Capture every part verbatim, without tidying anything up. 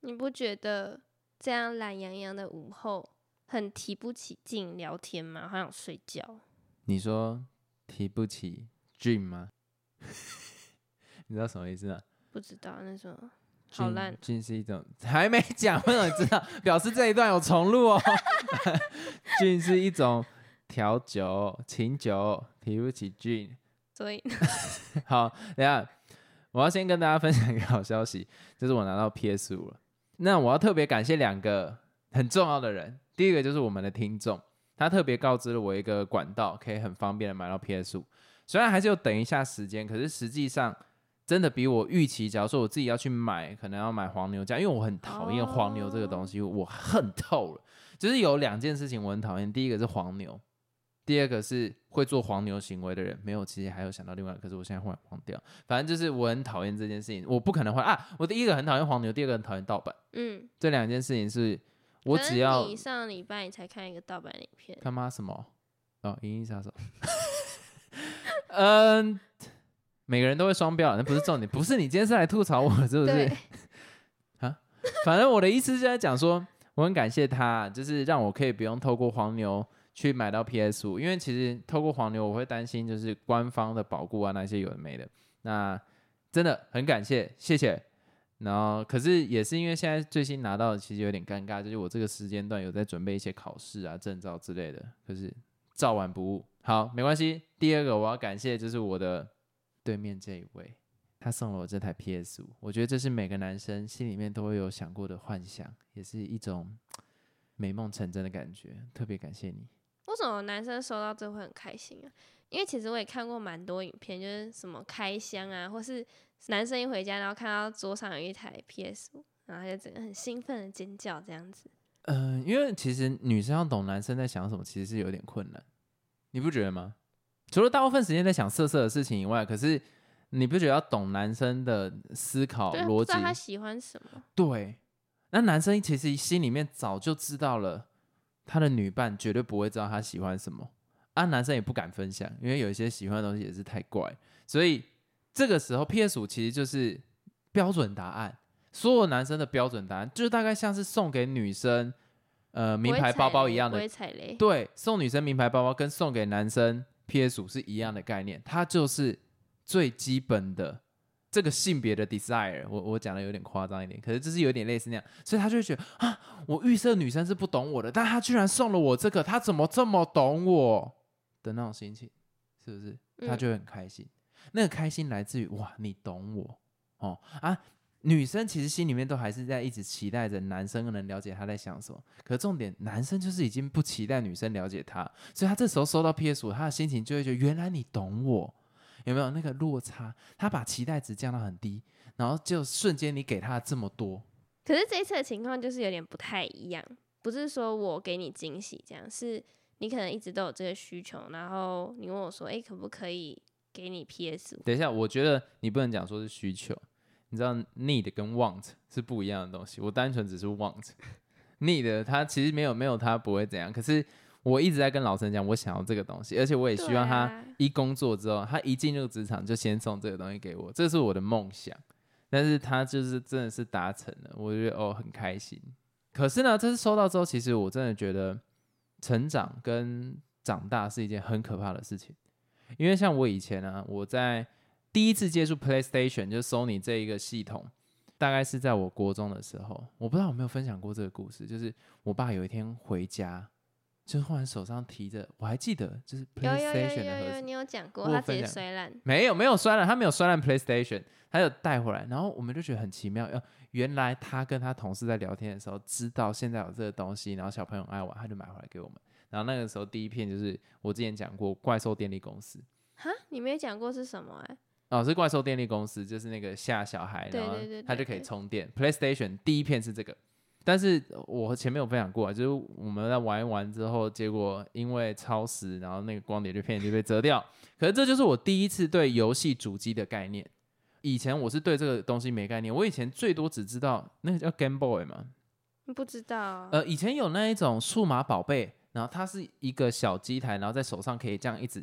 你不觉得这样懒洋洋的午后很提不起劲聊天吗？好想睡觉。 你说提不起劲吗？你知道什么意思吗？ 不知道，那什么好烂。 劲是一种，还没讲，为什么你知道？表示这一段有重录哦。劲是一种调酒、清酒，提不起劲。 所以好，等一下我要先跟大家分享一个好消息，就是我拿到 P S 五 了。那我要特别感谢两个很重要的人，第一个就是我们的听众，他特别告知了我一个管道，可以很方便的买到 P S 五。虽然还是有等一下时间，可是实际上真的比我预期，假如说我自己要去买，可能要买黄牛价，因为我很讨厌黄牛这个东西，哦、我恨透了。就是有两件事情我很讨厌，第一个是黄牛，第二个是会做黄牛行为的人。没有，其实还有想到另外，可是我现在忽然忘掉。反正就是我很讨厌这件事情，我不可能会啊。我第一个很讨厌黄牛，第二个很讨厌盗版。嗯，这两件事情是我只要。 你上礼拜你才看一个盗版影片， 他妈什么？哦，银翼杀手。嗯，每个人都会双标，那不是重点。不是你今天是来吐槽我，是不是？啊，反正我的意思是在讲说，我很感谢他，就是让我可以不用透过黄牛去买到 P S 五，因为其实透过黄牛我会担心就是官方的保固啊那些有的没的。那真的很感谢，谢谢。然后可是也是因为现在最新拿到的其实有点尴尬，就是我这个时间段有在准备一些考试啊证照之类的，可是照完不误。好，没关系。第二个我要感谢就是我的对面这一位，他送了我这台 P S 五， 我觉得这是每个男生心里面都会有想过的幻想，也是一种美梦成真的感觉，特别感谢你。 为什么男生收到这会很开心啊？因为其实我也看过蛮多影片，就是什么开箱啊，或是男生一回家然后看到桌上有一台 P S 五， 然后他就整个很兴奋的尖叫这样子。 嗯、呃，因为其实女生要懂男生在想什么其实是有点困难，你不觉得吗？除了大部分时间在想色色的事情以外，可是你不觉得要懂男生的思考逻辑？ 不知道他喜欢什么。 对，那男生其实心里面早就知道了，他的女伴绝对不会知道他喜欢什么啊，男生也不敢分享，因为有一些喜欢的东西也是太怪，所以这个时候 P S 五 其实就是标准答案，所有男生的标准答案就大概像是送给女生呃名牌包包一样的， 不会踩雷。 对，送女生名牌包包跟送给男生 P S 五 是一样的概念，它就是最基本的这个性别的 desire。 我, 我讲的有点夸张一点，可是就是有点类似那样，所以他就会觉得啊，我预设女生是不懂我的，但他居然送了我这个，他怎么这么懂我的那种心情，是不是？他就会很开心、嗯、那个开心来自于哇，你懂我哦啊。女生其实心里面都还是在一直期待着男生能了解她在想什么，可是重点男生就是已经不期待女生了解他，所以他这时候收到 P S 五， 他的心情就会觉得原来你懂我，有没有那个落差？他把期待值降到很低，然后就瞬间你给他这么多。 可是这一次的情况就是有点不太一样，不是说我给你惊喜这样，是你可能一直都有这个需求，然后你问我说，哎，可不可以给你 P S 五？ 等一下，我觉得你不能讲说是需求，你知道 need 跟 want 是不一样的东西，我单纯只是 want need 它其实没有没有它不会怎样，可是我一直在跟老陈讲我想要这个东西，而且我也希望他一工作之后、啊、他一进入职场就先送这个东西给我，这是我的梦想，但是他就是真的是达成了，我觉得哦很开心。可是呢这次收到之后，其实我真的觉得成长跟长大是一件很可怕的事情，因为像我以前啊，我在第一次接触 PlayStation 就是 Sony 这一个系统，大概是在我国中的时候，我不知道有没有分享过这个故事，就是我爸有一天回家，就忽然手上提着，我还记得就是 PlayStation 的盒子， 有有有有有，你有讲过，他直接摔烂。 没有没有摔烂，他没有摔烂 PlayStation， 他有带回来，然后我们就觉得很奇妙，原来他跟他同事在聊天的时候知道现在有这个东西，然后小朋友爱玩，他就买回来给我们。然后那个时候第一片就是我之前讲过怪兽电力公司。 哈，你没讲过是什么？哎、 欸，哦，是怪兽电力公司，就是那个吓小孩，然后他就可以充电。PlayStation 第一片是这个，但是我前面有分享过、啊、就是我们在玩一玩之后，结果因为超时，然后那个光碟就片就被折掉。可是这就是我第一次对游戏主机的概念，以前我是对这个东西没概念，我以前最多只知道那个叫 Game Boy 嘛， 不知道、啊。 呃，以前有那一种数码宝贝，然后它是一个小机台，然后在手上可以这样一直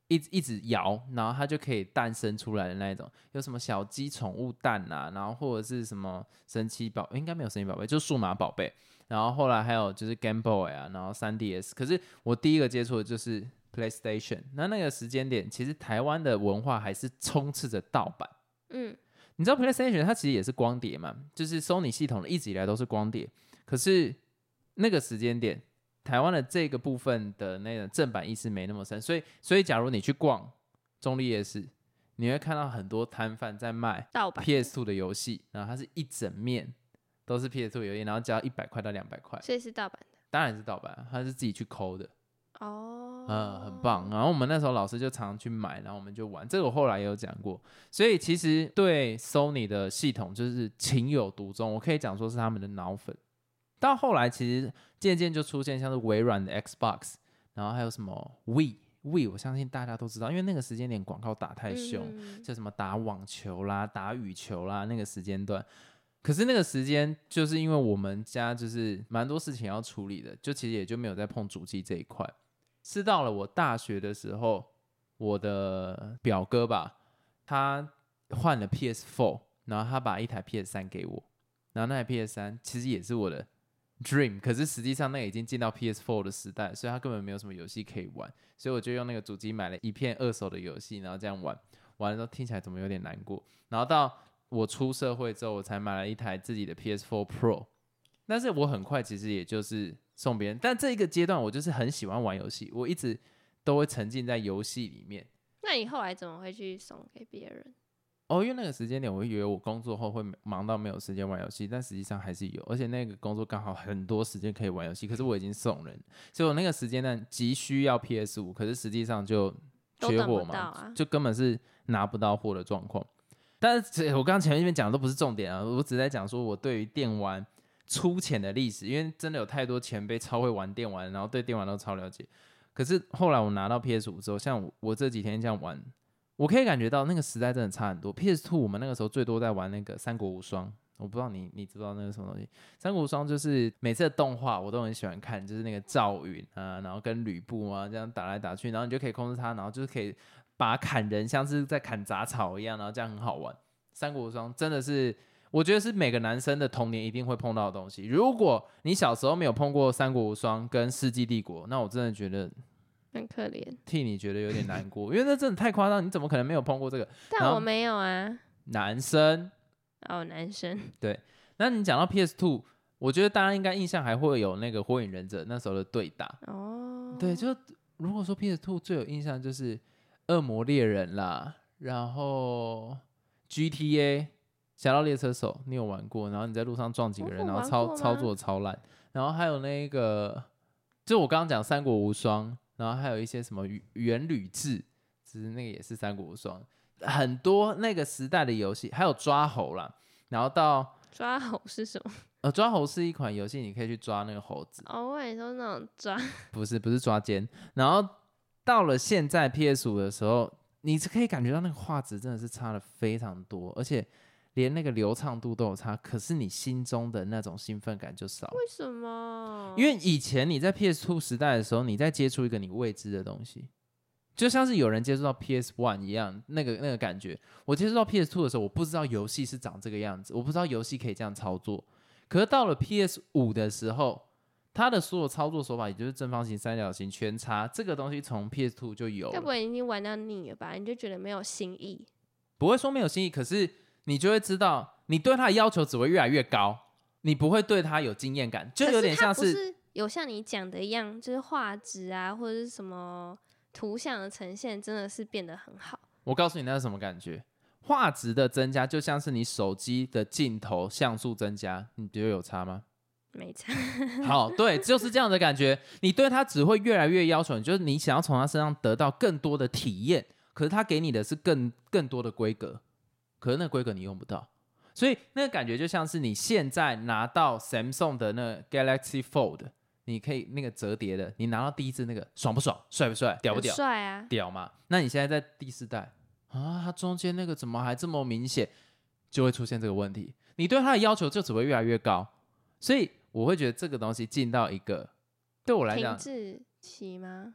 一一直摇，然后它就可以诞生出来的那一种，有什么小鸡宠物蛋啊，然后或者是什么神奇宝，应该没有神奇宝贝，就数码宝贝。然后后来还有就是 Game Boy 啊，然后 三 D S。可是我第一个接触的就是 PlayStation。那那个时间点，其实台湾的文化还是充斥着盗版。 嗯， 你知道 PlayStation 它其实也是光碟嘛，就是 Sony 系统的一直以来都是光碟。可是那个时间点，台湾的这个部分的那种正版意识没那么深，所以所以假如你去逛中立夜市，你会看到很多摊贩在卖 P S 二 的游戏，然后它是一整面都是 P S 二 游戏，然后只要一百块到两百块， 所以是盗版的。 当然是盗版，它是自己去抠的。 哦， 嗯，很棒。然后我们那时候老师就常常去买，然后我们就玩。这个我后来也有讲过，所以其实对 Sony 的系统就是情有独钟，我可以讲说是他们的脑粉。到后来其实渐渐就出现像是微软的 Xbox， 然后还有什么 Wii。Wii 我相信大家都知道，因为那个时间点广告打太凶，嗯、就什么打网球啦、打羽球啦，那个时间段。可是那个时间就是因为我们家就是蛮多事情要处理的，就其实也就没有在碰主机这一块。是到了我大学的时候，我的表哥吧，他换了 P S 四， 然后他把一台 P S 三 给我，然后那台 P S 三 其实也是我的Dream， 可是实际上那个已经进到 P S 四 的时代，所以他根本没有什么游戏可以玩，所以我就用那个主机买了一片二手的游戏，然后这样玩，玩的时候听起来怎么有点难过。然后到我出社会之后，我才买了一台自己的 P S 四 Pro， 但是我很快其实也就是送别人，但这一个阶段我就是很喜欢玩游戏，我一直都会沉浸在游戏里面。 那你后来怎么会去送给别人？ 哦，因为那个时间点，我会以为我工作后会忙到没有时间玩游戏，但实际上还是有，而且那个工作刚好很多时间可以玩游戏，可是我已经送人，所以我那个时间段急需要 P S 五， 可是实际上就缺货嘛， 啊、 就根本是拿不到货的状况。但是我刚刚前面讲的都不是重点啊，我只是在讲说我对于电玩粗浅的历史，因为真的有太多前辈超会玩电玩，然后对电玩都超了解。可是后来我拿到 P S 五 之后，像 我, 我这几天这样玩，我可以感觉到那个时代真的差很多。P S 二 我们那个时候最多在玩那个三国无双，我不知道你你知不知道那个什么东西。三国无双就是每次的动画我都很喜欢看，就是那个赵云啊，然后跟吕布啊这样打来打去，然后你就可以控制他，然后就是可以把他砍人像是在砍杂草一样，然后这样很好玩。三国无双真的是我觉得是每个男生的童年一定会碰到的东西。如果你小时候没有碰过三国无双跟世纪帝国，那我真的觉得很可怜， 替你觉得有点难过，因为那真的太夸张，你怎么可能没有碰过这个？ 但我没有啊。 男生哦，男生对。那你讲到 P S 二， 我觉得大家应该印象还会有那个火影忍者那时候的对打哦。对，就如果说 P S 二 最有印象就是恶魔猎人啦，然后 G T A 侠盗猎车手，你有玩过？然后你在路上撞几个人，然后操操作超烂。然后还有那个，就我刚刚讲三国无双，然后还有一些什么元吕志，其实那个也是三国无双，很多那个时代的游戏，还有抓猴啦。然后到抓猴是什么？ 呃，抓猴是一款游戏，你可以去抓那个猴子。 哦，我也说那种抓， 不是不是抓奸。然后到了现在 P S 五 的时候，你可以感觉到那个画质真的是差了非常多，而且连那个流畅度都有差，可是你心中的那种兴奋感就少。 为什么？ 因为以前你在 P S 二 时代的时候，你在接触一个你未知的东西，就像是有人接触到 P S 一 一样，那个那个感觉。我接触到 P S 二 的时候，我不知道游戏是长这个样子，我不知道游戏可以这样操作。可是到了 P S 五 的时候，它的所有操作手法，也就是正方形、三角形、圈叉，这个东西从 P S 二 就有了。 该不会已经玩到腻了吧？你就觉得没有新意？ 不会说没有新意，可是你就会知道，你对它的要求只会越来越高，你不会对它有经验感，就有点像是。 可是它不是有像你讲的一样，就是画质啊，或者是什么图像的呈现，真的是变得很好。 我告诉你那是什么感觉？画质的增加就像是你手机的镜头像素增加，你觉得有差吗？ 没差。 好，对，就是这样的感觉。你对它只会越来越要求，就是你想要从它身上得到更多的体验，可是它给你的是更更多的规格，可是那个规格你用不到，所以那个感觉就像是你现在拿到 Samsung 的那个 Galaxy Fold， 你可以那个折叠的，你拿到第一支那个爽不爽，帅不帅，屌不屌？ 帅啊， 屌嘛。那你现在在第四代啊，它中间那个怎么还这么明显，就会出现这个问题。你对它的要求就只会越来越高，所以我会觉得这个东西进到一个对我来讲停滞期吗？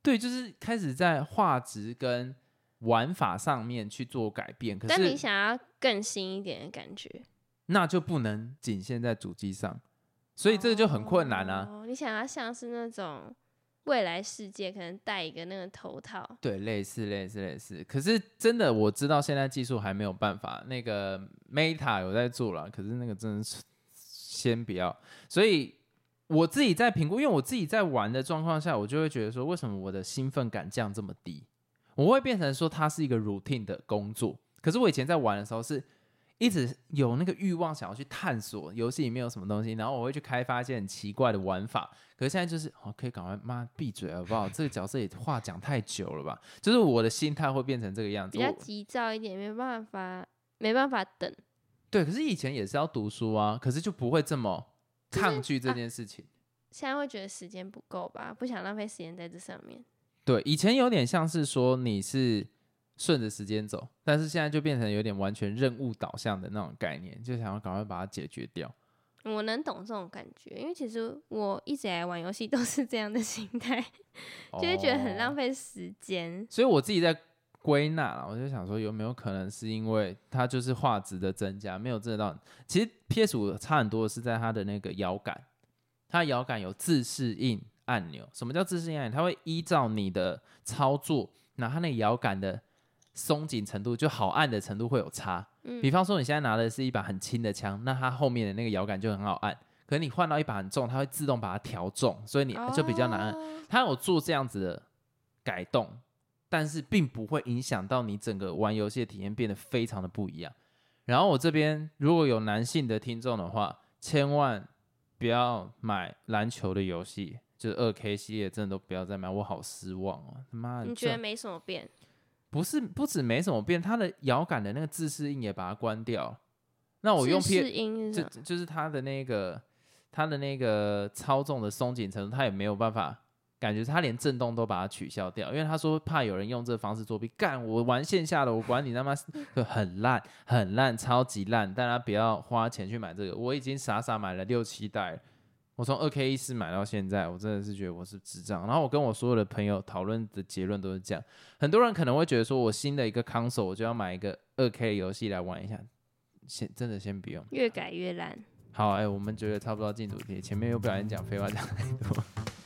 对，就是开始在画质跟玩法上面去做改变。可是但你想要更新一点的感觉， 那就不能仅限在主机上，所以这个就很困难啊。 哦，你想要像是那种未来世界，可能戴一个那个头套， 对，类似类似类似。可是真的我知道现在技术还没有办法，那个 Meta 有在做了，可是那个真的是先不要。所以我自己在评估，因为我自己在玩的状况下，我就会觉得说，为什么我的兴奋感降这么低？我会变成说它是一个 routine 的工作。可是我以前在玩的时候是一直有那个欲望想要去探索游戏里面有什么东西，然后我会去开发一些很奇怪的玩法。可是现在就是，哦，可以赶快妈闭嘴好不好？这个角色也话讲太久了吧？就是我的心态会变成这个样子， 比较急躁一点，没办法，没办法等。 对，可是以前也是要读书啊，可是就不会这么抗拒这件事情。 就是啊、现在会觉得时间不够吧，不想浪费时间在这上面。 对，以前有点像是说你是顺着时间走，但是现在就变成有点完全任务导向的那种概念，就想要赶快把它解决掉。 我能懂这种感觉，因为其实我一直来玩游戏都是这样的心态，就会觉得很浪费时间。 所以我自己在归纳啦，我就想说有没有可能是因为它就是画质的增加，没有真的到。其实 P S 五 差很多的是在它的那个摇杆，它的摇杆有自适应按钮。什么叫自适应按钮？它会依照你的操作，那它那个摇杆的松紧程度，就好按的程度会有差。嗯、比方说你现在拿的是一把很轻的枪，那它后面的那个摇杆就很好按。可是你换到一把很重，它会自动把它调重，所以你就比较难按。哦、它有做这样子的改动，但是并不会影响到你整个玩游戏的体验变得非常的不一样。然后我这边如果有男性的听众的话，千万不要买篮球的游戏，就是二 K 系列，真的都不要再买，我好失望哦！他妈， 你觉得没什么变？ 不是，不止没什么变，它的摇杆的那个自适应也把它关掉。那我用 P 自适应就就是它的那个它的那个操纵的松紧程度，它也没有办法。感觉他连震动都把它取消掉，因为他说怕有人用这个方式作弊。干，我玩线下的，我管你他妈很烂很烂超级烂，大家不要花钱去买这个。我已经傻傻买了六七代了，我从二 K 一四买到现在，我真的是觉得我是智障。然后我跟我所有的朋友讨论的结论都是这样。很多人可能会觉得说，我新的一个 console 我就要买一个二 K 的游戏来玩一下，先真的先不用， 越改越烂。 好，哎、欸，我们觉得差不多进主题，前面又不小心讲废话讲太多。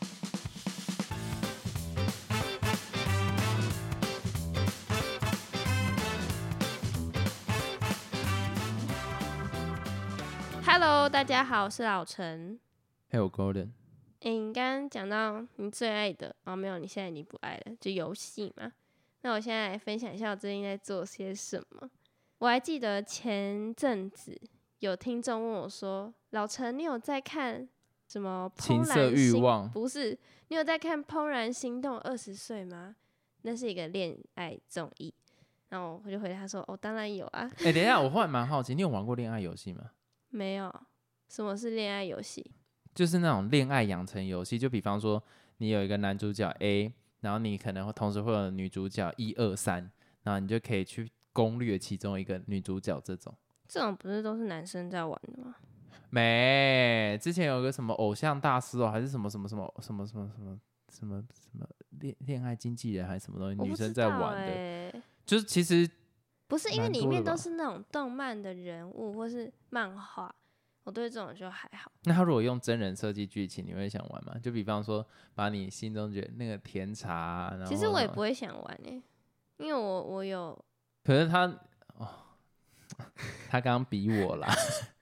Hello， 大家好，我是老陈。 还有 Golden。 哎、欸，你刚刚讲到你最爱的，哦，没有，你现在已经不爱了，就游戏嘛。那我现在来分享一下我最近在做些什么。我还记得前阵子有听众问我说：“老陈，你有在看什么怦然心？ 情色欲望？ 不是，你有在看《怦然心动二十岁》吗？那是一个恋爱综艺。”然后我就回他说：“哦，当然有啊。” 哎、欸，等一下，我忽然蛮好奇，你有玩过恋爱游戏吗？ 没有。什么是恋爱游戏？ 就是那种恋爱养成游戏，就比方说你有一个男主角 A， 然后你可能同时会有女主角一二三，然后你就可以去攻略其中一个女主角。这种这种不是都是男生在玩的吗？ 没，之前有个什么偶像大师哦，还是什么什么什么什么什么什么什么什么恋恋爱经纪人还是什么东西，女生在玩的， 欸、 就是其实不是因为里面都是那种动漫的人物或是漫画。我对这种就还好。 那他如果用真人设计剧情，你会想玩吗？就比方说，把你心中觉得那个甜茶、啊，然后其实我也不会想玩诶、欸，因为我我有。 可是他哦，他刚刚比我啦，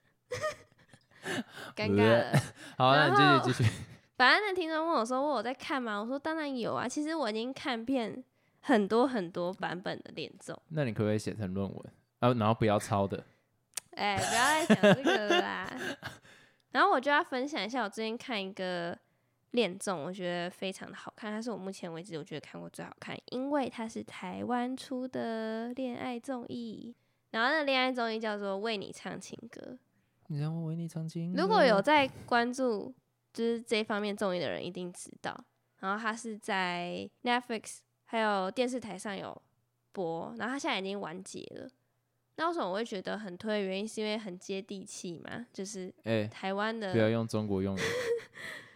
尴尬了。 好，那你继续继续。 反正那听众问我说：“我有在看吗？”我说：“当然有啊。”其实我已经看遍很多很多版本的恋综。 那你可不可以写成论文？啊，然后不要抄的。 哎、欸，不要再讲这个了啦。然后我就要分享一下，我最近看一个恋综，我觉得非常的好看，它是我目前为止我觉得看过最好看，因为它是台湾出的恋爱综艺。然后那个恋爱综艺叫做《为你唱情歌》。 你让我为你唱情歌。 如果有在关注就是这方面综艺的人，一定知道。然后它是在 Netflix 还有电视台上有播，然后它现在已经完结了。那为什么我会觉得很推的原因，是因为很接地气嘛，就是台湾的、 欸、不要用中国用语，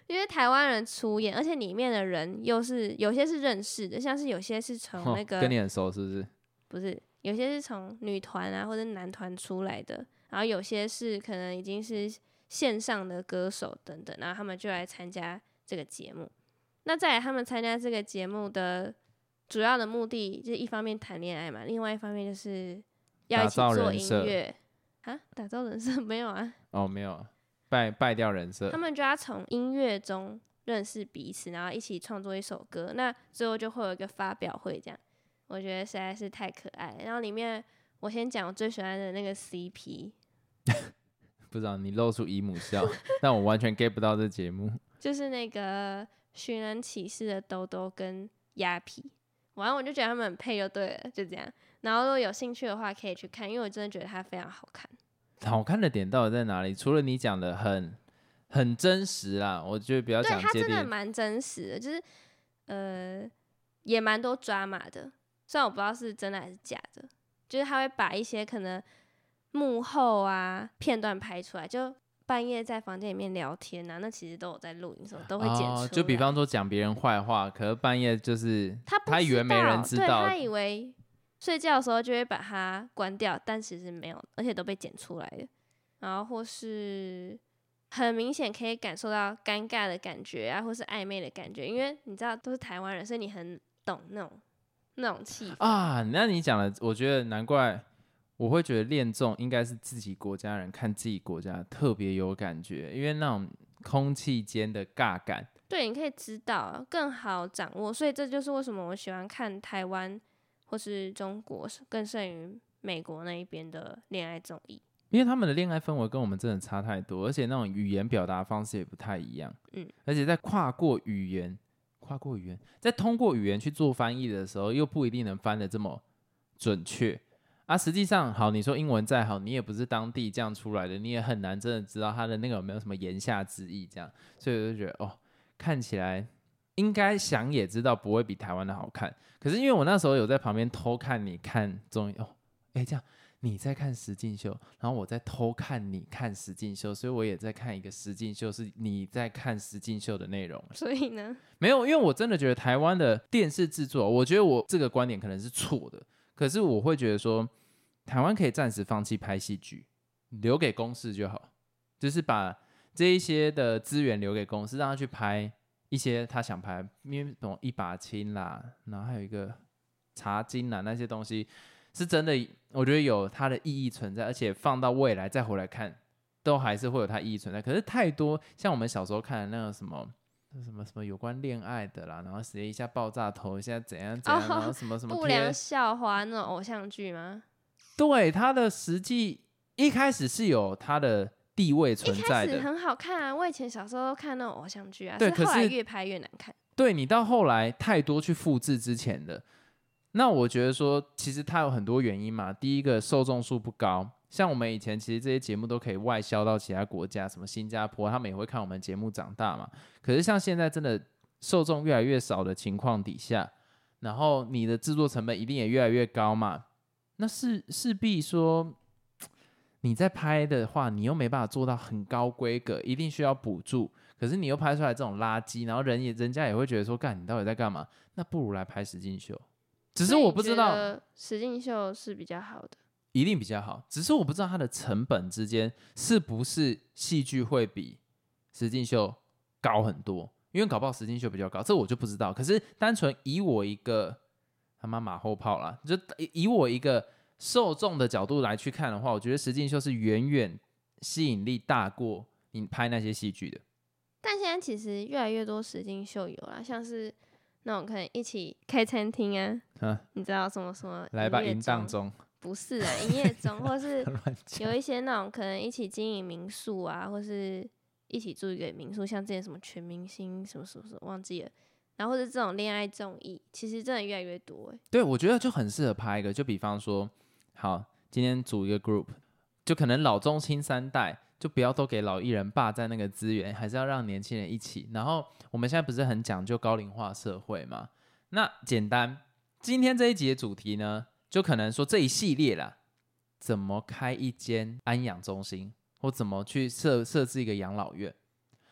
因为台湾人出演，而且里面的人又是有些是认识的，像是有些是从那个、 哦、跟你很熟是不是？ 不是，有些是从女团啊或者男团出来的，然后有些是可能已经是线上的歌手等等，然后他们就来参加这个节目。那再来他们参加这个节目的主要的目的就是一方面谈恋爱嘛，另外一方面就是要一起做音乐啊，打造人设没有啊？ 哦，没有，败败掉人设。 他们就要从音乐中认识彼此，然后一起创作一首歌。那最后就会有一个发表会，这样我觉得实在是太可爱了。然后里面我先讲我最喜欢的那个 C P， 不知道你露出姨母笑，但我完全 get 不到这节目。 就是那个寻人启事的兜兜跟鸭皮，完了我就觉得他们很配就对了，就这样。然后如果有兴趣的话可以去看，因为我真的觉得它非常好看。 好看的点到底在哪里？除了你讲的很很真实啦，我觉得不要讲对，它真的蛮真实的，就是呃也蛮多抓马的，虽然我不知道是真的还是假的，就是他会把一些可能幕后啊片段拍出来，就半夜在房间里面聊天啊，那其实都有在录影，什么都会剪出来、哦。 就比方说讲别人坏话，可是半夜就是他他以为没人知道， 对，他以为睡觉的时候就会把它关掉，但其实没有，而且都被剪出来的。然后或是很明显可以感受到尴尬的感觉啊，或是暧昧的感觉，因为你知道都是台湾人，所以你很懂那种那种气氛啊。那你讲的，我觉得难怪我会觉得恋综应该是自己国家人看自己国家特别有感觉，因为那种空气间的尬感， 对，你可以知道更好掌握，所以这就是为什么我喜欢看台湾或是中国更胜于美国那一边的恋爱综艺， 因为他们的恋爱氛围跟我们真的差太多，而且那种语言表达方式也不太一样，嗯，而且在跨过语言跨过语言在通过语言去做翻译的时候又不一定能翻得这么准确啊。实际上好，你说英文再好，你也不是当地这样出来的，你也很难真的知道他的那个有没有什么言下之意这样，所以我就觉得哦，看起来应该想也知道不会比台湾的好看，可是因为我那时候有在旁边偷看你看综艺哦，哎这样你在看实境秀，然后我在偷看你看实境秀，所以我也在看一个实境秀是你在看实境秀的内容。 所以呢没有，因为我真的觉得台湾的电视制作，我觉得我这个观点可能是错的，可是我会觉得说台湾可以暂时放弃拍戏剧，留给公视就好，就是把这一些的资源留给公视，让他去拍一些他想拍，因为什么一把青啦，然后还有一个茶金啦，那些东西是真的，我觉得有它的意义存在，而且放到未来再回来看，都还是会有它意义存在。可是太多像我们小时候看的那个什么什么什么有关恋爱的啦，然后谁一下爆炸头，现在怎样怎样，哦、然后什么什么不良校花那种偶像剧吗？ 对，它的实际一开始是有它的地位存在的， 一开始很好看啊，我以前小时候看那种偶像剧啊， 对， 是后来越拍越难看。 对，你到后来太多去复制之前的。那我觉得说其实它有很多原因嘛，第一个受众数不高，像我们以前其实这些节目都可以外销到其他国家，什么新加坡他们也会看我们节目长大嘛，可是像现在真的受众越来越少的情况底下，然后你的制作成本一定也越来越高嘛，那是势必说你在拍的话你又没办法做到很高规格，一定需要补助，可是你又拍出来这种垃圾，然后 人, 也人家也会觉得说干你到底在干嘛，那不如来拍实境秀。只是我不知道实境秀是比较好的， 一定比较好，只是我不知道它的成本之间是不是戏剧会比实境秀高很多，因为搞不好实境秀比较高，这我就不知道。可是单纯以我一个他妈马后炮啦，就以我一个受众的角度来去看的话，我觉得实境秀是远远吸引力大过你拍那些戏剧的。 但现在其实越来越多实境秀有啦，像是那种可能一起开餐厅啊，啊你知道什么什么来吧淫荡中， 不是啊，营业中，或是有一些那种可能一起经营民宿啊，或是一起住一个民宿，像之前什么全明星什么什么什么忘记了，然后或者这种恋爱综艺，其实真的越来越多哎。 对，我觉得就很适合拍一个，就比方说，好，今天组一个 group， 就可能老中青三代。就不要都给老艺人霸占那个资源，还是要让年轻人一起。然后我们现在不是很讲究高龄化社会吗？那简单，今天这一集的主题呢，就可能说这一系列啦，怎么开一间安养中心，或怎么去设设置一个养老院。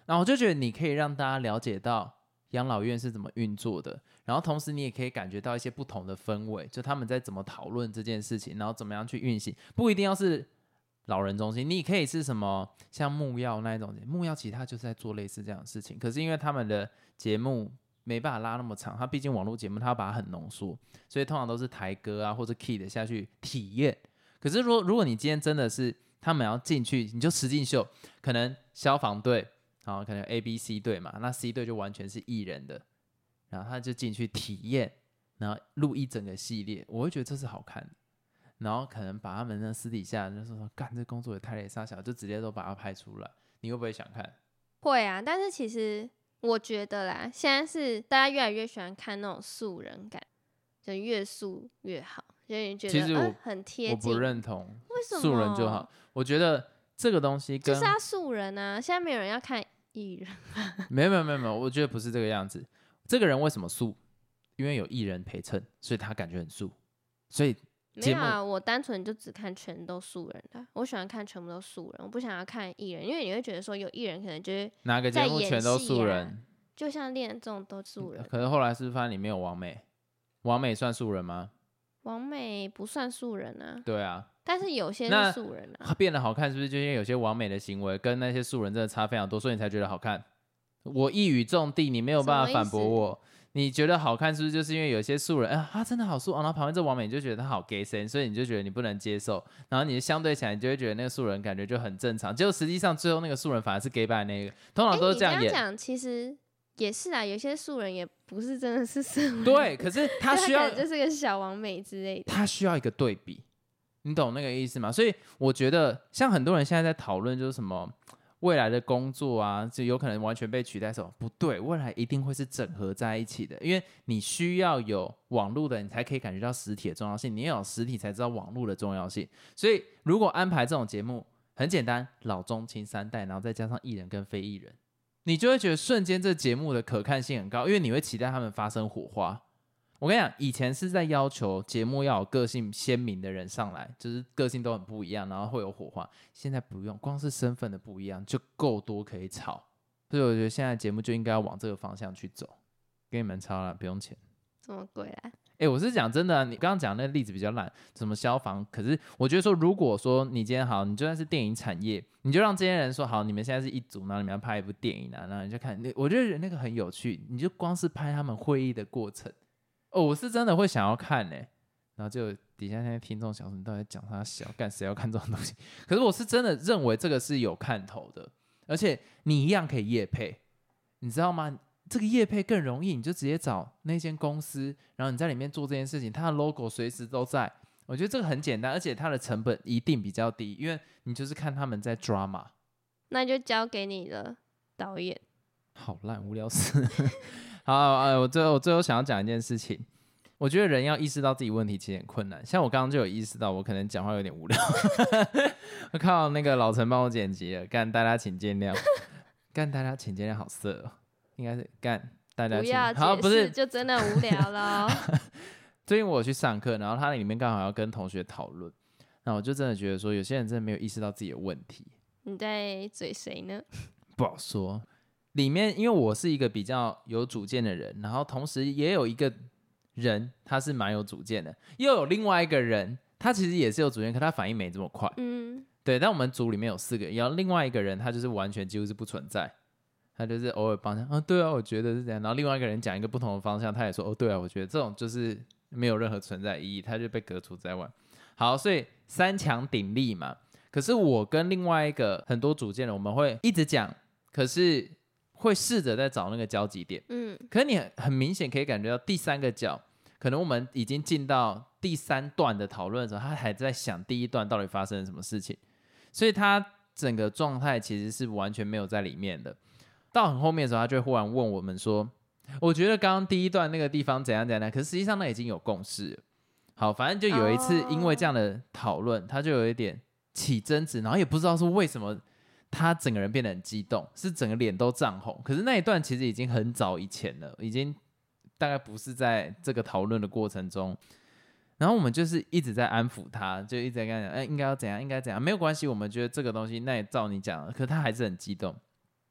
然后我就觉得你可以让大家了解到养老院是怎么运作的，然后同时你也可以感觉到一些不同的氛围，就他们在怎么讨论这件事情，然后怎么样去运行，不一定要是老人中心，你可以是什么像木曜那一种，木曜其实他就是在做类似这样的事情，可是因为他们的节目没办法拉那么长，他毕竟网络节目他要把它很浓缩，所以通常都是台歌啊或者 key 的下去体验。可是如果如果你今天真的是他们要进去，你就实境秀，可能消防队，好，可能 A、B、C 队嘛，那 C 队就完全是艺人的，然后他就进去体验，然后录一整个系列，我会觉得这是好看的。然后可能把他们那私底下就说干这工作也太累傻小，就直接都把它拍出来，你会不会想看？ 会啊，但是其实我觉得啦，现在是大家越来越喜欢看那种素人感，就越素越好，就你觉得其实我、 呃、很贴近。 我不认同， 为什么素人就好？我觉得这个东西跟就是要素人啊，现在没有人要看艺人。 没有没有没有没有，我觉得不是这个样子。这个人为什么素？因为有艺人陪衬，所以他感觉很素。所以没有啊，我单纯就只看全都素人的，我喜欢看全部都素人，我不想要看艺人，因为你会觉得说有艺人可能就是哪个节目全都素人， 啊、就像恋这种都素人。 可是后来是不是发现里面有王美？王美算素人吗？ 王美不算素人啊。 对啊， 但是有些是素人啊。 变得好看是不是就因为有些王美的行为跟那些素人真的差非常多，所以你才觉得好看？我一语中的，你没有办法反驳我。你觉得好看是不是就是因为有些素人，啊，他真的好素、哦、然后旁边这王美你就觉得他好 gay 森，所以你就觉得你不能接受，然后你相对起来你就会觉得那个素人感觉就很正常，结果实际上最后那个素人反而是 gay 版那个，通常都是这样演。 欸、你这样讲其实也是啊，有些素人也不是真的是素人， 对，可是他需要他就是个小王美之类的， 他需要一个对比，你懂那个意思吗？所以我觉得像很多人现在在讨论就是什么未来的工作啊，就有可能完全被取代什么，不对，未来一定会是整合在一起的，因为你需要有网络的，你才可以感觉到实体的重要性，你要有实体才知道网络的重要性。所以如果安排这种节目，很简单，老中青三代，然后再加上艺人跟非艺人，你就会觉得瞬间这节目的可看性很高，因为你会期待他们发生火花。我跟你讲，以前是在要求节目要有个性鲜明的人上来，就是个性都很不一样，然后会有火花。现在不用，光是身份的不一样就够多可以吵。所以我觉得现在节目就应该要往这个方向去走。给你们抄了，不用钱。 什么鬼啊？ 欸，我是讲真的啊，你刚刚讲那个例子比较烂，什么消防，可是我觉得说，如果说你今天好，你就算是电影产业，你就让这些人说好，你们现在是一组，然后你们要拍一部电影啊，然后你就看，我觉得那个很有趣，你就光是拍他们会议的过程。哦，我是真的会想要看呢、欸，然后就底下那些听众想说你到底讲他小干，谁要看这种东西？可是我是真的认为这个是有看头的，而且你一样可以业配，你知道吗？这个业配更容易，你就直接找那间公司，然后你在里面做这件事情，它的 logo 随时都在。我觉得这个很简单，而且它的成本一定比较低，因为你就是看他们在 drama。 那就交给你了，导演。 好烂，无聊死。好，呃，我最后我最后想要讲一件事情，我觉得人要意识到自己问题其实很困难。像我刚刚就有意识到，我可能讲话有点无聊。我靠，那个老陈帮我剪辑了，干大家请见谅，干大家请见谅，好色哦，应该是干大家请。 不要好，不是就真的无聊了。 最近我有去上课，然后他里面刚好要跟同学讨论，那我就真的觉得说，有些人真的没有意识到自己的问题。 你在嘴谁呢？ 不好说。里面因为我是一个比较有主见的人，然后同时也有一个人他是蛮有主见的，又有另外一个人他其实也是有主见，可他反应没这么快。 嗯， 对。但我们组里面有四个人，然后另外一个人他就是完全几乎是不存在，他就是偶尔帮他啊，对啊，我觉得是这样。然后另外一个人讲一个不同的方向，他也说哦，对啊，我觉得这种就是没有任何存在意义，他就被革除在外。好，所以三强鼎立嘛。可是我跟另外一个很多主见的，我们会一直讲，可是会试着在找那个交集点。 嗯， 可是你很明显可以感觉到第三个角，可能我们已经进到第三段的讨论的时候，他还在想第一段到底发生了什么事情，所以他整个状态其实是完全没有在里面的。到很后面的时候，他就会忽然问我们说，我觉得刚刚第一段那个地方怎样怎样，可是实际上那已经有共识了。好，反正就有一次因为这样的讨论、哦、他就有一点起争执，然后也不知道说为什么他整个人变得很激动，是整个脸都涨红。可是那一段其实已经很早以前了，已经大概不是在这个讨论的过程中。然后我们就是一直在安抚他，就一直在跟他讲，哎，应该要怎样，应该怎样，没有关系，我们觉得这个东西那也照你讲了。可是他还是很激动。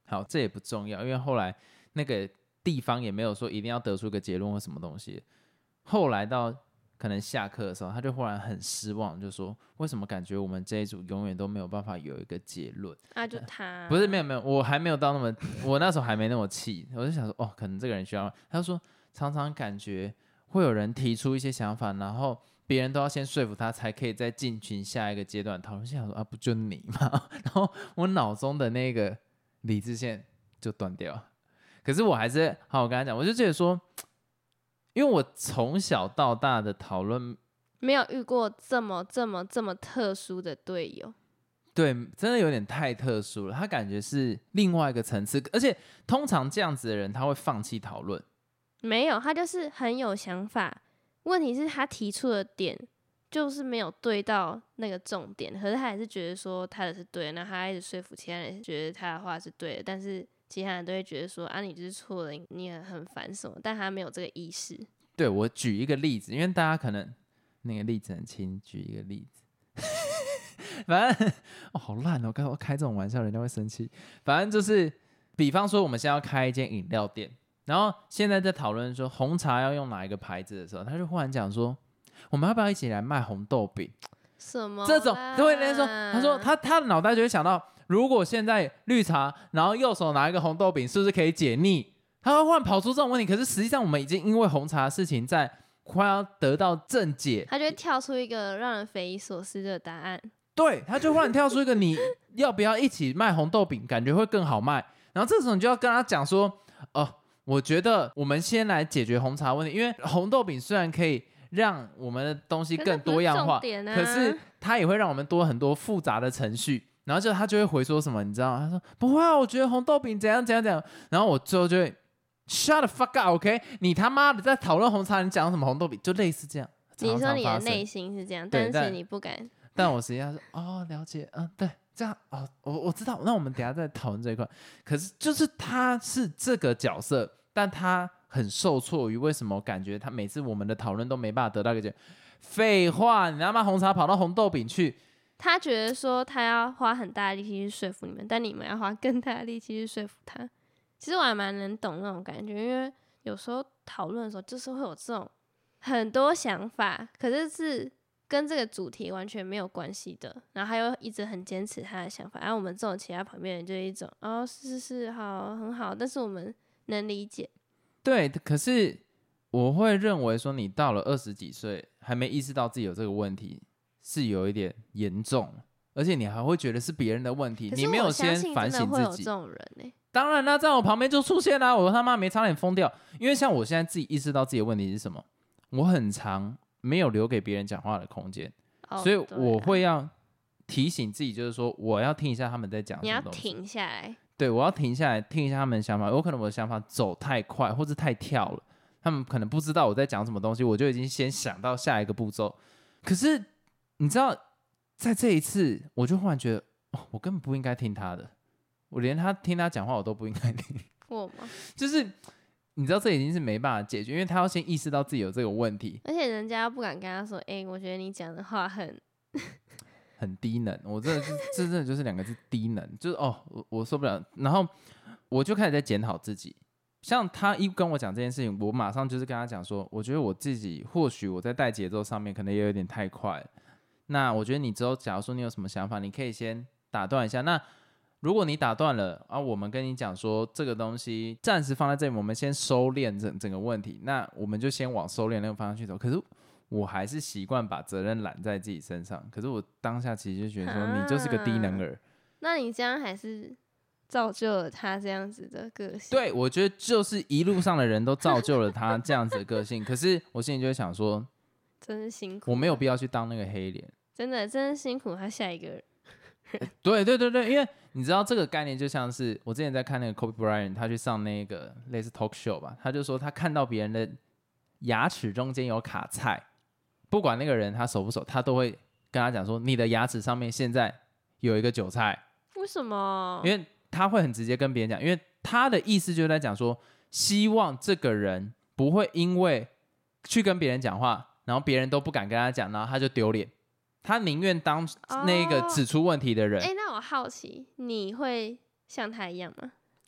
好，这也不重要，因为后来那个地方也没有说一定要得出一个结论或什么东西。后来到可能下课的时候，他就忽然很失望，就说为什么感觉我们这一组永远都没有办法有一个结论啊？就他不是没有没有，我还没有到那么，我那时候还没那么气，我就想说哦，可能这个人需要。他就说常常感觉会有人提出一些想法，然后别人都要先说服他，才可以再进行下一个阶段讨论。心想说啊，不就你吗？然后我脑中的那个理智线就断掉。可是我还是好好跟他讲，我就觉得说，因为我从小到大的讨论没有遇过这么这么这么特殊的队友。 对，真的有点太特殊了，他感觉是另外一个层次，而且通常这样子的人他会放弃讨论。 没有，他就是很有想法，问题是他提出的点就是没有对到那个重点，可是他还是觉得说他的是对的，那他一直说服其他人觉得他的话是对的，但是其他人都会觉得说啊你就是错了，你很很烦什么，但他没有这个意识。 对，我举一个例子，因为大家可能那个例子很轻，举一个例子反正哦好烂哦，我开这种玩笑人家会生气。反正就是比方说我们现在要开一间饮料店，然后现在在讨论说红茶要用哪一个牌子的时候，他就忽然讲说我们要不要一起来卖红豆饼？ 什么这种就会人家说，他说他他的脑袋就会想到，如果现在绿茶，然后右手拿一个红豆饼，是不是可以解腻？他会忽然跑出这种问题，可是实际上我们已经因为红茶的事情在快要得到正解， 他就会跳出一个让人匪夷所思的答案。 对，他就忽然跳出一个你要不要一起卖红豆饼，感觉会更好卖。然后这时候你就要跟他讲说，哦、呃，我觉得我们先来解决红茶问题，因为红豆饼虽然可以让我们的东西更多样化，可 是,、啊、可是它也会让我们多很多复杂的程序。然后就他就会回说什么，你知道吗？他说不会啊，我觉得红豆饼怎样怎样怎样。然后我最后就会 shut the fuck up OK， 你他妈的在讨论红茶，你讲什么红豆饼？就类似这样。 你说你的内心是这样，但是你不敢。 但我实际上是哦，了解，嗯，对，这样哦，我我知道。那我们等一下再讨论这一块。可是就是他是这个角色，但他很受挫于为什么感觉他每次我们的讨论都没办法得到一个结果。废话，你他妈红茶跑到红豆饼去。 他觉得说他要花很大的力气去说服你们，但你们要花更大的力气去说服他。其实我还蛮能懂那种感觉，因为有时候讨论的时候就是会有这种很多想法，可是是跟这个主题完全没有关系的，然后他又一直很坚持他的想法，然后我们这种其他旁边人就一种哦是是是好很好，但是我们能理解。 对，可是我会认为说你到了二十几岁还没意识到自己有这个问题是有一点严重，而且你还会觉得是别人的问题，你没有先反省自己。可是我相信真的会有这种人欸。当然啦，在我旁边就出现啦，我他妈没差点疯掉。因为像我现在自己意识到自己的问题是什么，我很常没有留给别人讲话的空间，哦，所以我会要提醒自己，就是说我要听一下他们在讲什么东西。你要停下来， 对，我要停下来听一下他们的想法。有可能我的想法走太快或者太跳了，他们可能不知道我在讲什么东西，我就已经先想到下一个步骤。可是你知道，在这一次我就忽然觉得，哦，我根本不应该听他的，我连他听他讲话我都不应该听。 我吗？ 就是你知道这已经是没办法解决，因为他要先意识到自己有这个问题， 而且人家不敢跟他说，哎、欸，我觉得你讲的话很很低能。我真的是这真的就是两个字低能，就是哦，我我受不了。然后我就开始在检讨自己。像他一跟我讲这件事情，我马上就是跟他讲说，我觉得我自己或许我在带节奏上面可能也有点太快了。那我觉得你之后假如说你有什么想法，你可以先打断一下。那如果你打断了啊，我们跟你讲说这个东西暂时放在这里，我们先收敛整整个问题，那我们就先往收敛那个方向去走。可是我还是习惯把责任揽在自己身上，可是我当下其实就觉得说你就是个低能儿。 那你这样还是造就了他这样子的个性。 对，我觉得就是一路上的人都造就了他这样子的个性。可是我心里就会想说， 真是辛苦， 我没有必要去当那个黑脸。 真的，真的辛苦他下一个人。 对对对对，因为你知道这个概念就像是我之前在看那个 Kobe Bryant， 他去上那个类似 talk show 吧，他就说他看到别人的牙齿中间有卡菜，不管那个人他熟不熟，他都会跟他讲说你的牙齿上面现在有一个韭菜。 为什么？ 因为他会很直接跟别人讲，因为他的意思就是在讲说，希望这个人不会因为去跟别人讲话，然后别人都不敢跟他讲，然后他就丢脸。他宁愿当那个指出问题的人。 哎、哦欸，那我好奇，你会像他一样吗？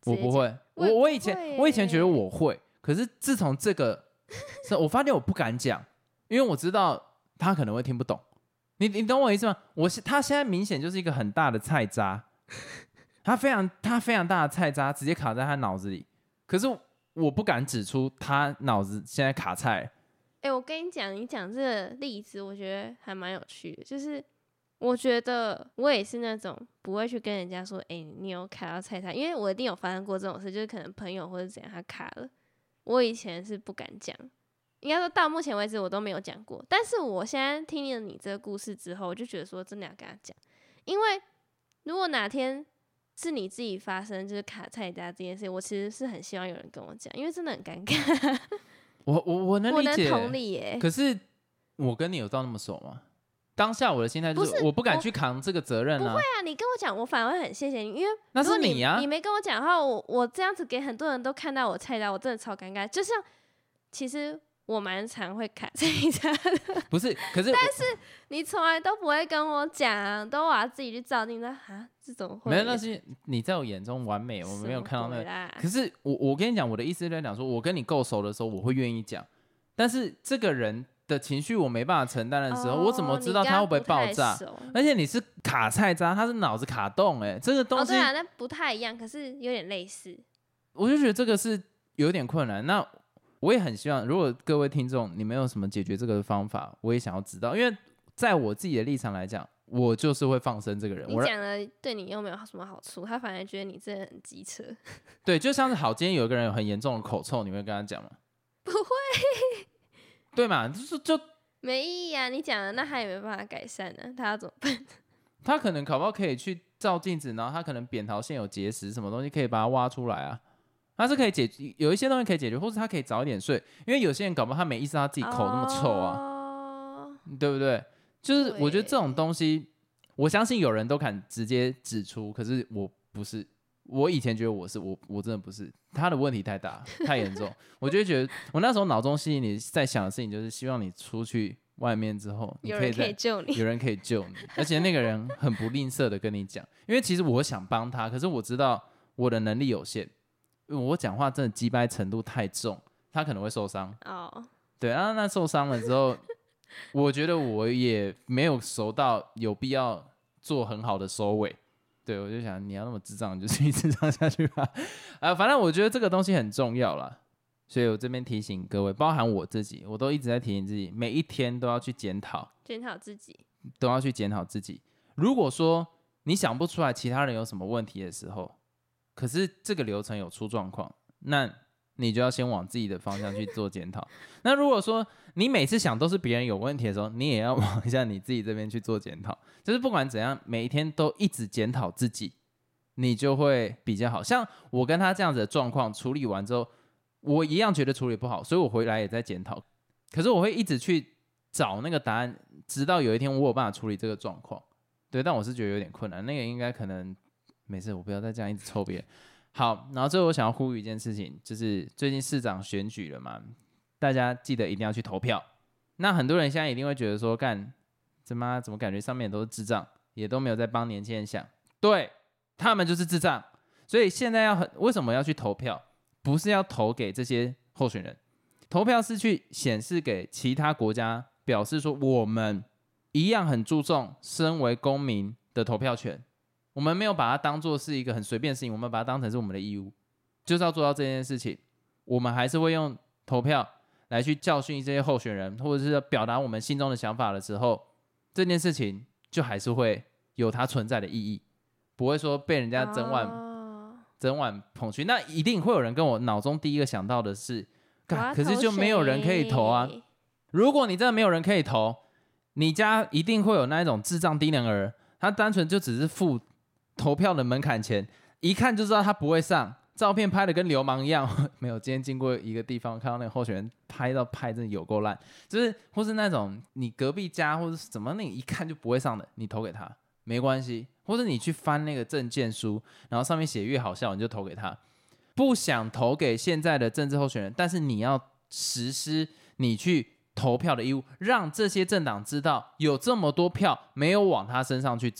我不会，我我以前我以前觉得我会，可是自从这个，我发现我不敢讲，因为我知道他可能会听不懂。你你懂我意思吗？我他现在明显就是一个很大的菜渣，他非常他非常大的菜渣直接卡在他脑子里，可是我不敢指出他脑子现在卡菜。 哎、欸，我跟你讲，你讲这个例子，我觉得还蛮有趣的。就是我觉得我也是那种不会去跟人家说，哎、欸，你有卡到菜渣，因为我一定有发生过这种事，就是可能朋友或者怎样他卡了，我以前是不敢讲，应该说到目前为止我都没有讲过。但是我现在听了你这个故事之后，我就觉得说真的要跟他讲，因为如果哪天是你自己发生就是卡菜渣这件事，我其实是很希望有人跟我讲，因为真的很尴尬。 我我我能理解， 我能同理耶。 可是我跟你有到那么熟吗？当下我的心态就是我不敢去扛这个责任啊。 不会啊，你跟我讲，我反而会很谢谢你，因为那是你啊， 你没跟我讲的话，我我这样子给很多人都看到我菜单，我真的超尴尬。就像其实我蛮常会卡菜单的， 不是，可是但是你从来都不会跟我讲，都我要自己去照镜子啊，这怎么会？ 没有，那是你在我眼中完美，我没有看到那个。可是我我跟你讲，我的意思在讲说，我跟你够熟的时候，我会愿意讲，但是这个人的情绪我没办法承担的时候，哦、我怎么知道他会不会爆炸？而且你是卡菜渣，他是脑子卡洞、欸，哎，这个东西， 哦，对啊，那不太一样，可是有点类似。 我就觉得这个是有点困难。那我也很希望，如果各位听众你们有什么解决这个方法，我也想要知道，因为在我自己的立场来讲，我就是会放生这个人。 你讲了对你又没有什么好处，他反而觉得你真的很机车。 对，就像是好，今天有一个人有很严重的口臭，你会跟他讲吗？ 不会。 对嘛，就是就没意义啊！你讲了，那他也没办法改善呢、啊，他要怎么办？ 他可能搞不好可以去照镜子，然后他可能扁桃腺有结石，什么东西可以把它挖出来啊？他是可以解决，有一些东西可以解决，或者他可以早一点睡，因为有些人搞不好他没意识到他自己口那么臭啊，哦、对不对？就是我觉得这种东西，我相信有人都敢直接指出，可是我不是。我以前觉得我是我，我真的不是，他的问题太大太严重，我就会觉得我那时候脑中心里在想的事情就是希望你出去外面之后，你可以有人可以救你， 有人可以救你，而且那个人很不吝啬的跟你讲，因为其实我想帮他，可是我知道我的能力有限，因为我讲话真的鸡掰程度太重，他可能会受伤。哦， oh. 对啊，那受伤了之后，我觉得我也没有熟到有必要做很好的收尾。对，我就想你要那么智障，你就继续智障下去吧。啊，反正我觉得这个东西很重要啦，所以我这边提醒各位，包含我自己，我都一直在提醒自己，每一天都要去检讨， 检讨自己， 都要去检讨自己。如果说你想不出来其他人有什么问题的时候，可是这个流程有出状况，那你就要先往自己的方向去做检讨。那如果说你每次想都是别人有问题的时候，你也要往一下你自己这边去做检讨。就是不管怎样，每一天都一直检讨自己，你就会比较好。像我跟他这样子的状况处理完之后，我一样觉得处理不好，所以我回来也在检讨。可是我会一直去找那个答案，直到有一天我有办法处理这个状况。对，但我是觉得有点困难。那个应该可能没事，我不要再这样一直臭别人。好，然后最后我想要呼吁一件事情，就是最近市长选举了嘛，大家记得一定要去投票。那很多人现在一定会觉得说，干怎么怎么感觉上面都是智障，也都没有在帮年轻人想。对，他们就是智障。所以现在要很为什么要去投票？不是要投给这些候选人，投票是去显示给其他国家，表示说我们一样很注重身为公民的投票权。我们没有把它当作是一个很随便的事情，我们把它当成是我们的义务，就是要做到这件事情。我们还是会用投票来去教训这些候选人，或者是表达我们心中的想法的时候，这件事情就还是会有它存在的意义，不会说被人家整碗、oh. 整碗捧去。那一定会有人跟我脑中第一个想到的是，可是就没有人可以投啊。如果你真的没有人可以投，你家一定会有那一种智障低能儿，他单纯就只是付投票的门槛钱，一看就知道他不会上，照片拍的跟流氓一样。没有，今天经过一个地方，看到那个候选人拍到拍真的有够烂，就是或是那种你隔壁家或者怎么那一看就不会上的，你投给他没关系，或者你去翻那个政见书，然后上面写越好笑你就投给他。不想投给现在的政治候选人，但是你要实施你去投票的义务，让这些政党知道有这么多票没有往他身上去走。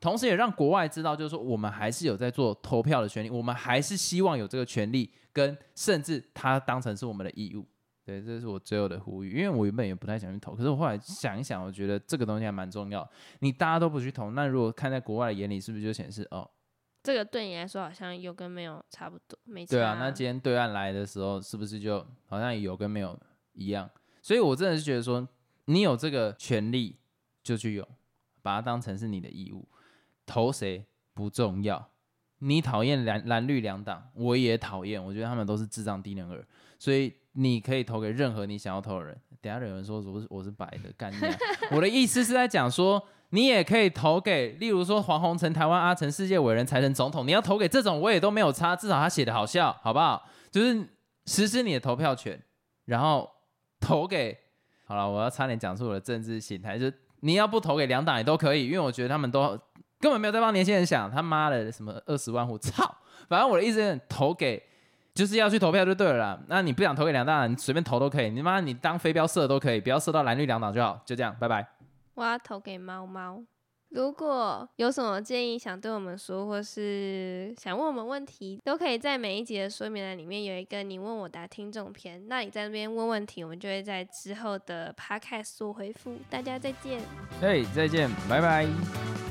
同时也让国外知道，就是说我们还是有在做投票的权利，我们还是希望有这个权利，跟甚至它当成是我们的义务。对，这是我最后的呼吁，因为我原本也不太想去投，可是我后来想一想，我觉得这个东西还蛮重要。你大家都不去投，那如果看在国外的眼里，是不是就显示哦， 这个对你来说好像有跟没有差不多，没差。 对啊，那今天对岸来的时候，是不是就好像有跟没有一样？所以我真的是觉得说，你有这个权利就去用，把它当成是你的义务。投谁不重要，你讨厌蓝蓝绿两党，我也讨厌，我觉得他们都是智障低能儿，所以你可以投给任何你想要投的人。等一下有人说我是我是白的干你啊，我的意思是在讲说，你也可以投给，例如说黄宏成、台湾阿成、世界伟人、财神总统，你要投给这种我也都没有差，至少他写的好笑，好不好？就是实施你的投票权，然后投给，好了，我要差点讲出我的政治形态，就是你要不投给两党也都可以，因为我觉得他们都根本没有在帮年轻人想，他妈的什么二十万户，操！反正我的意思是投给，就是要去投票就对了啦。那你不想投给两党，你随便投都可以，你妈你当飞镖射都可以，不要射到蓝绿两党就好，就这样，拜拜。 我要投给猫猫。如果有什么建议想对我们说，或是想问我们问题，都可以在每一集的说明栏里面有一个你问我答听众篇，那你在那边问问题，我们就会在之后的 podcast 做回复。大家再见。 嘿，再见，拜拜。